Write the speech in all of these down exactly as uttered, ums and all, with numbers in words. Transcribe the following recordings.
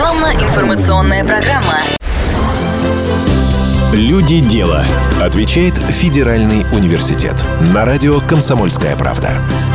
Рекламно-информационная программа. Люди дела. Отвечает Федеральный университет. На радио «Комсомольская правда».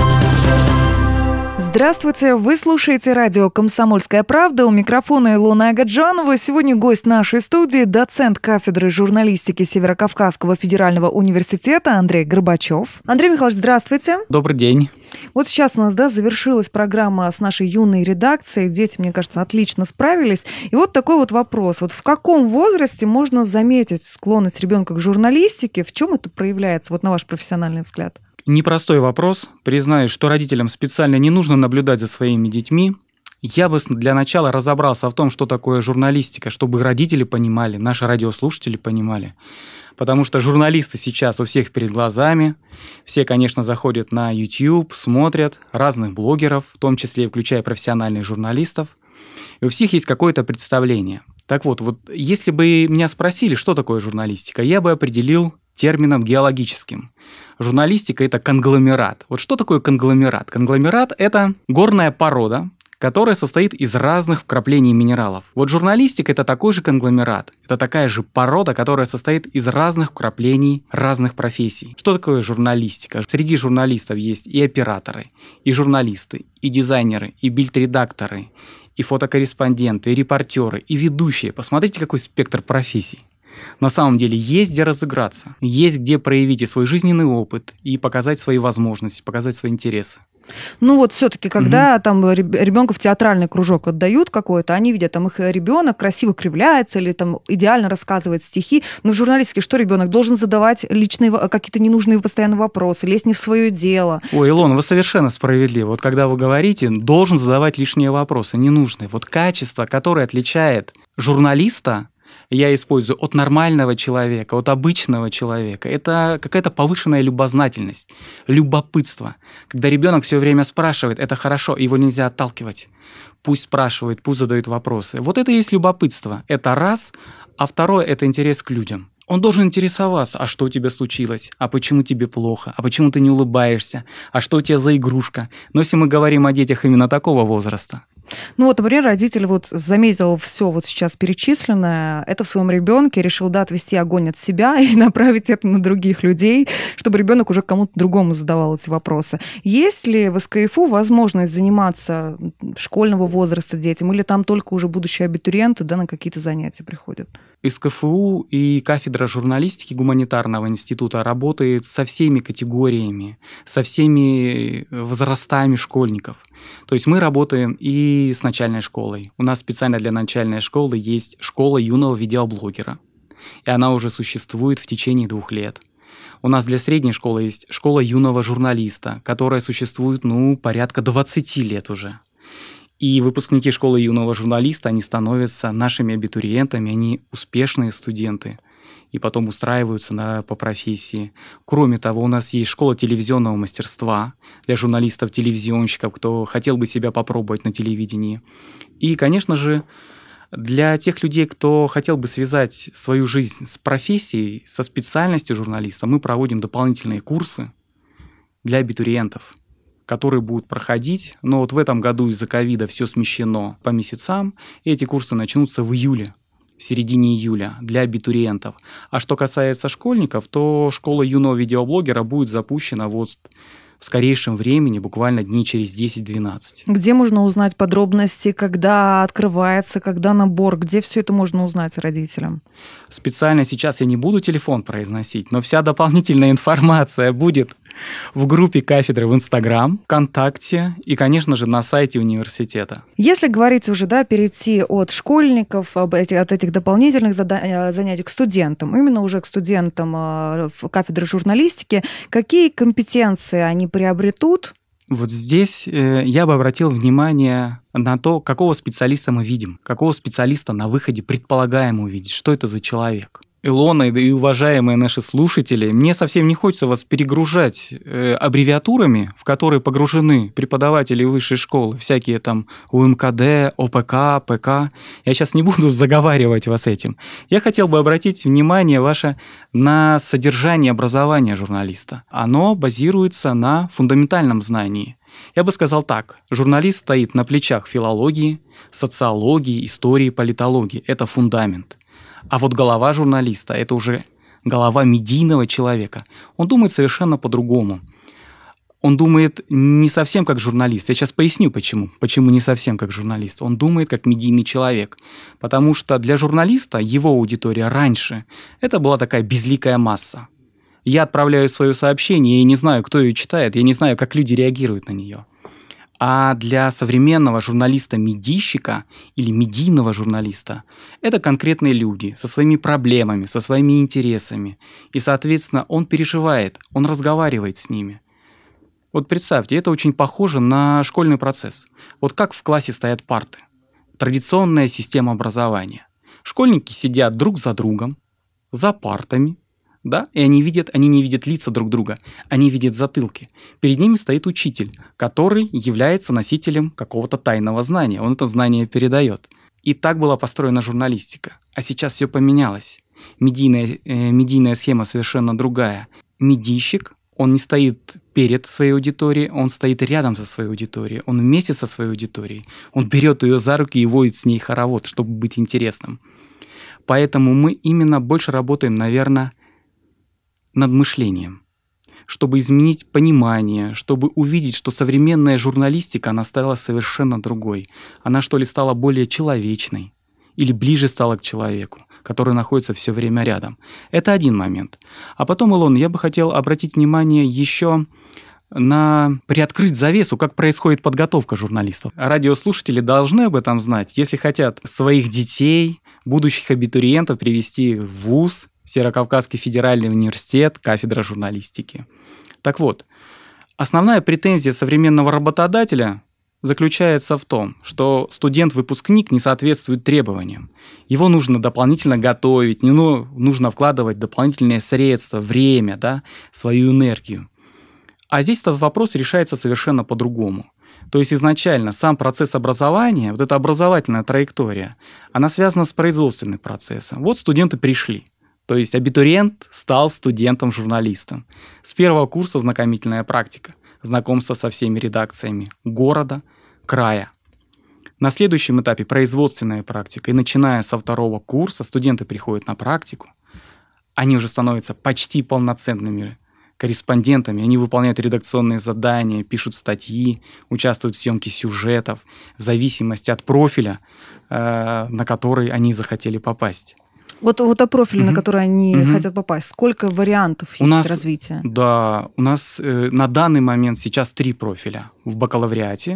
Здравствуйте, вы слушаете радио «Комсомольская правда». У микрофона Илона Агаджанова. Сегодня гость нашей студии, доцент кафедры журналистики Северо-Кавказского федерального университета Андрей Горбачев. Андрей Михайлович, здравствуйте. Добрый день. Вот сейчас у нас, да, завершилась программа с нашей юной редакцией. Дети, мне кажется, отлично справились. И вот такой вот вопрос. Вот в каком возрасте можно заметить склонность ребенка к журналистике? В чем это проявляется, вот на ваш профессиональный взгляд? Непростой вопрос. Признаюсь, что родителям специально не нужно наблюдать за своими детьми. Я бы для начала разобрался в том, что такое журналистика, чтобы родители понимали, наши радиослушатели понимали. Потому что журналисты сейчас у всех перед глазами. Все, конечно, заходят на YouTube, смотрят разных блогеров, в том числе включая профессиональных журналистов. И у всех есть какое-то представление. Так вот, вот если бы меня спросили, что такое журналистика, я бы определил термином геологическим. Журналистика – это конгломерат. Вот что такое конгломерат? Конгломерат – это горная порода, которая состоит из разных вкраплений минералов. Вот журналистика – это такой же конгломерат. Это такая же порода, которая состоит из разных вкраплений разных профессий. Что такое журналистика? Среди журналистов есть и операторы, и журналисты, и дизайнеры, и бильд-редакторы, и фотокорреспонденты, и репортеры, и ведущие. Посмотрите, какой спектр профессий. На самом деле есть где разыграться, есть где проявить и свой жизненный опыт, и показать свои возможности, показать свои интересы. Ну вот все-таки, когда Угу. там ребенка в театральный кружок отдают какой-то, они видят, там их ребенок красиво кривляется или там идеально рассказывает стихи. Но в журналистике что ребенок должен задавать личные какие-то ненужные постоянно вопросы, лезть не в свое дело. Ой, Илона, вы совершенно справедливы. Вот когда вы говорите, должен задавать лишние вопросы, ненужные. Вот качество, которое отличает журналиста, я использую от нормального человека, от обычного человека. Это какая-то повышенная любознательность, любопытство. Когда ребенок все время спрашивает, это хорошо, его нельзя отталкивать. Пусть спрашивает, пусть задает вопросы. Вот это и есть любопытство. Это раз. А второе – это интерес к людям. Он должен интересоваться, а что у тебя случилось, а почему тебе плохо, а почему ты не улыбаешься, а что у тебя за игрушка. Но если мы говорим о детях именно такого возраста. Ну вот, например, родитель вот заметил все вот сейчас перечисленное, это в своем ребенке, решил, да, отвести огонь от себя и направить это на других людей, чтобы ребенок уже кому-то другому задавал эти вопросы. Есть ли в эс ка эф у возможность заниматься школьного возраста детям, или там только уже будущие абитуриенты, да, на какие-то занятия приходят? эс ка эф у и кафедра журналистики гуманитарного института работает со всеми категориями, со всеми возрастами школьников. То есть мы работаем и с начальной школой. У нас специально для начальной школы есть школа юного видеоблогера, и она уже существует в течение двух лет. У нас для средней школы есть школа юного журналиста, которая существует, ну, порядка двадцати лет уже. И выпускники школы юного журналиста, они становятся нашими абитуриентами, они успешные студенты и потом устраиваются на, по профессии. Кроме того, у нас есть школа телевизионного мастерства для журналистов-телевизионщиков, кто хотел бы себя попробовать на телевидении. И, конечно же, для тех людей, кто хотел бы связать свою жизнь с профессией, со специальностью журналиста, мы проводим дополнительные курсы для абитуриентов, которые будут проходить. Но вот в этом году из-за ковида все смещено по месяцам, и эти курсы начнутся в июле, в середине июля для абитуриентов. А что касается школьников, то школа юного видеоблогера будет запущена вот в скорейшем времени, буквально дней через десять-двенадцать. Где можно узнать подробности, когда открывается, когда набор, где все это можно узнать родителям? Специально сейчас я не буду телефон произносить, но вся дополнительная информация будет в группе кафедры в Инстаграм, ВКонтакте и, конечно же, на сайте университета. Если говорить уже, да, перейти от школьников, от этих дополнительных занятий к студентам, именно уже к студентам кафедры журналистики, какие компетенции они приобретут? Вот здесь я бы обратил внимание на то, какого специалиста мы видим, какого специалиста на выходе предполагаем увидеть, что это за человек. Илона и уважаемые наши слушатели, мне совсем не хочется вас перегружать э, аббревиатурами, в которые погружены преподаватели высшей школы, всякие там у эм ка дэ, о пэ ка, пэ ка. Я сейчас не буду заговаривать вас этим. Я хотел бы обратить внимание ваше на содержание образования журналиста. Оно базируется на фундаментальном знании. Я бы сказал так. Журналист стоит на плечах филологии, социологии, истории, политологии. Это фундамент. А вот голова журналиста – это уже голова медийного человека. Он думает совершенно по-другому. Он думает не совсем как журналист. Я сейчас поясню, почему. Почему не совсем как журналист. Он думает как медийный человек. Потому что для журналиста его аудитория раньше – это была такая безликая масса. Я отправляю свое сообщение и не знаю, кто ее читает, я не знаю, как люди реагируют на нее. А для современного журналиста-медийщика или медийного журналиста это конкретные люди со своими проблемами, со своими интересами. И, соответственно, он переживает, он разговаривает с ними. Вот представьте, это очень похоже на школьный процесс. Вот как в классе стоят парты. Традиционная система образования. Школьники сидят друг за другом, за партами, да, и они видят, они не видят лица друг друга, они видят затылки. Перед ними стоит учитель, который является носителем какого-то тайного знания. Он это знание передает. И так была построена журналистика. А сейчас все поменялось. Медийная, э, медийная схема совершенно другая. Медийщик, он не стоит перед своей аудиторией, он стоит рядом со своей аудиторией, он вместе со своей аудиторией. Он берет ее за руки и водит с ней хоровод, чтобы быть интересным. Поэтому мы именно больше работаем, наверное, над мышлением, чтобы изменить понимание, чтобы увидеть, что современная журналистика, она стала совершенно другой. Она, что ли, стала более человечной или ближе стала к человеку, который находится все время рядом. Это один момент. А потом, Илон, я бы хотел обратить внимание еще на приоткрыть завесу, как происходит подготовка журналистов. Радиослушатели должны об этом знать, если хотят своих детей, будущих абитуриентов привести в вуз, Северокавказский федеральный университет, кафедра журналистики. Так вот, основная претензия современного работодателя заключается в том, что студент-выпускник не соответствует требованиям. Его нужно дополнительно готовить, ну, нужно вкладывать дополнительные средства, время, да, свою энергию. А здесь этот вопрос решается совершенно по-другому. То есть изначально сам процесс образования, вот эта образовательная траектория, она связана с производственным процессом. Вот студенты пришли. То есть абитуриент стал студентом-журналистом. С первого курса знакомительная практика, знакомство со всеми редакциями города, края. На следующем этапе производственная практика. И начиная со второго курса студенты приходят на практику. Они уже становятся почти полноценными корреспондентами. Они выполняют редакционные задания, пишут статьи, участвуют в съемке сюжетов в зависимости от профиля, э, на который они захотели попасть. Вот, вот о профиле, угу. на который они угу. хотят попасть, сколько вариантов есть у нас, развития? Да, у нас э, на данный момент сейчас три профиля в бакалавриате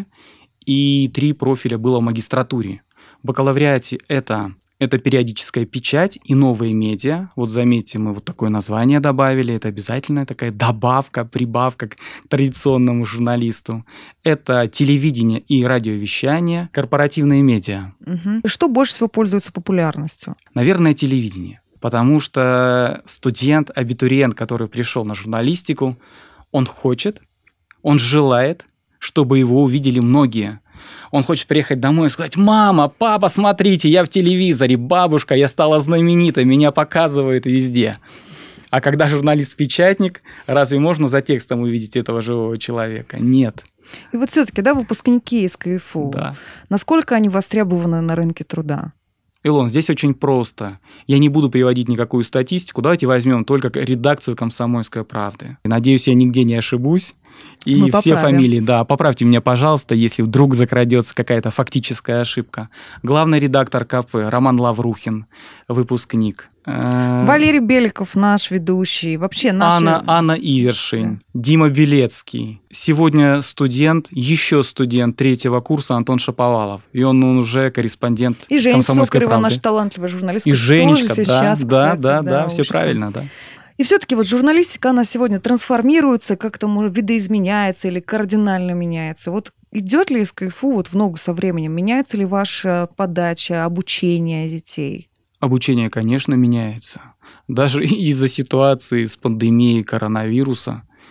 и три профиля было в магистратуре. В бакалавриате это, это периодическая печать и новые медиа. Вот заметьте, мы вот такое название добавили. Это обязательная такая добавка, прибавка к традиционному журналисту. Это телевидение и радиовещание, корпоративные медиа. Угу. Что больше всего пользуется популярностью? Наверное, телевидение. Потому что студент, абитуриент, который пришел на журналистику, он хочет, он желает, чтобы его увидели многие. Он хочет приехать домой и сказать: «Мама, папа, смотрите, я в телевизоре, бабушка, я стала знаменитой, меня показывают везде». А когда журналист-печатник, разве можно за текстом увидеть этого живого человека? Нет. И вот все-таки, да, выпускники из КФУ, да. насколько они востребованы на рынке труда? Илон, здесь очень просто. Я не буду приводить никакую статистику. Давайте возьмем только редакцию «Комсомольской правды». Надеюсь, я нигде не ошибусь. И Мы все поправим. фамилии, да, поправьте меня, пожалуйста, если вдруг закрадется какая-то фактическая ошибка. Главный редактор КП Роман Лаврухин, выпускник. Валерий Беликов, наш ведущий. Вообще наши... Анна, Анна Ивершин, да. Дима Белецкий. Сегодня студент, еще студент третьего курса Антон Шаповалов. И он, он уже корреспондент и Женя «Комсомольской Сокарева, правды». наш талантливый журналист. И Женечка, да, сейчас, да, кстати, да, да, да, все учится. правильно, да. И все-таки вот журналистика, она сегодня трансформируется, как-то может, видоизменяется или кардинально меняется. Вот идет ли из КФУ вот в ногу со временем? Меняется ли ваша подача, обучение детей? Обучение, конечно, меняется. Даже из-за ситуации с пандемией коронавируса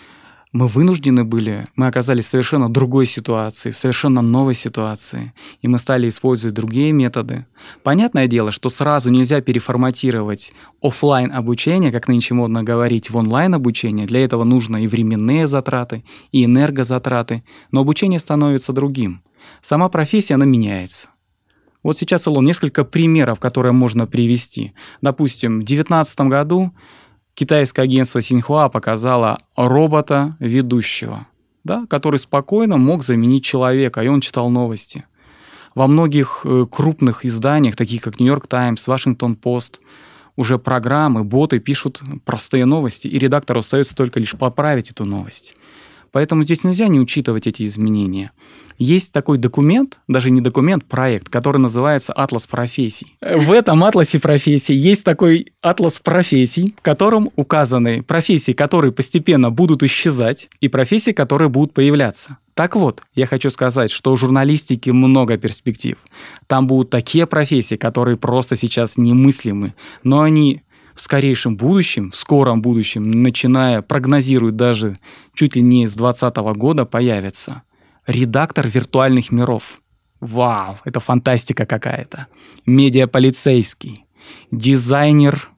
мы вынуждены были, мы оказались в совершенно другой ситуации, в совершенно новой ситуации, и мы стали использовать другие методы. Понятное дело, что сразу нельзя переформатировать офлайн обучение, как нынче модно говорить, в онлайн обучение. Для этого нужно и временные затраты, и энергозатраты, но обучение становится другим. Сама профессия, она меняется. Вот сейчас, Илон, несколько примеров, которые можно привести. Допустим, в две тысячи девятнадцатом году китайское агентство Синьхуа показало робота-ведущего, да, который спокойно мог заменить человека, и он читал новости. Во многих крупных изданиях, таких как Нью-Йорк Таймс, Вашингтон Пост, уже программы, боты пишут простые новости, и редактору остается только лишь поправить эту новость. Поэтому здесь нельзя не учитывать эти изменения. Есть такой документ, даже не документ, проект, который называется «Атлас профессий». В этом атласе профессий есть такой атлас профессий, в котором указаны профессии, которые постепенно будут исчезать, и профессии, которые будут появляться. Так вот, я хочу сказать, что у журналистики много перспектив. Там будут такие профессии, которые просто сейчас немыслимы, но они в скорейшем будущем, в скором будущем, начиная, прогнозируют даже чуть ли не с двадцатого года, появятся. Редактор виртуальных миров. Вау, это фантастика какая-то. Медиаполицейский. Дизайнер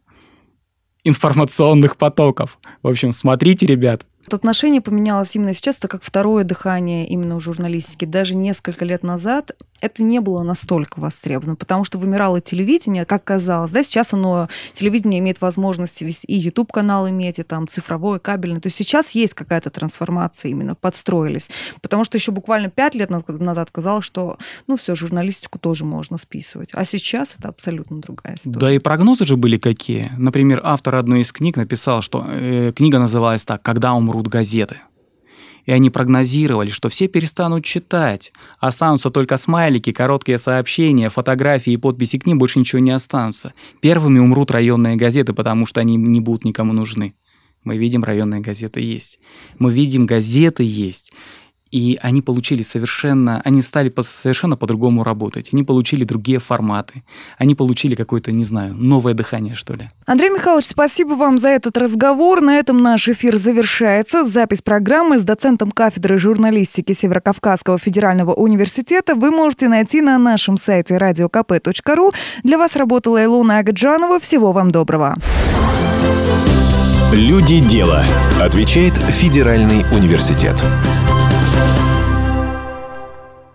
информационных потоков. В общем, смотрите, ребят. Отношение поменялось именно сейчас, это как второе дыхание именно у журналистики. Даже несколько лет назад это не было настолько востребовано, потому что вымирало телевидение, как казалось. Да, сейчас оно, телевидение имеет возможность вести и YouTube-канал иметь, и там цифровой, кабельный. То есть сейчас есть какая-то трансформация именно, подстроились. Потому что еще буквально пять лет назад казалось, что ну все, журналистику тоже можно списывать. А сейчас это абсолютно другая история. Да и прогнозы же были какие. Например, автор одной из книг написал, что э, книга называлась так «Когда умрут газеты». И они прогнозировали, что все перестанут читать, останутся только смайлики, короткие сообщения, фотографии и подписи к ним, больше ничего не останутся. Первыми умрут районные газеты, потому что они не будут никому нужны. Мы видим, районные газеты есть. Мы видим, газеты есть. И они получили совершенно, они стали совершенно по-другому работать. Они получили другие форматы. Они получили какое-то, не знаю, новое дыхание, что ли. Андрей Михайлович, спасибо вам за этот разговор. На этом наш эфир завершается. Запись программы с доцентом кафедры журналистики Северо-Кавказского федерального университета вы можете найти на нашем сайте радио ка пэ точка ру. Для вас работала Илона Агаджанова. Всего вам доброго. Люди дела. Отвечает Федеральный университет.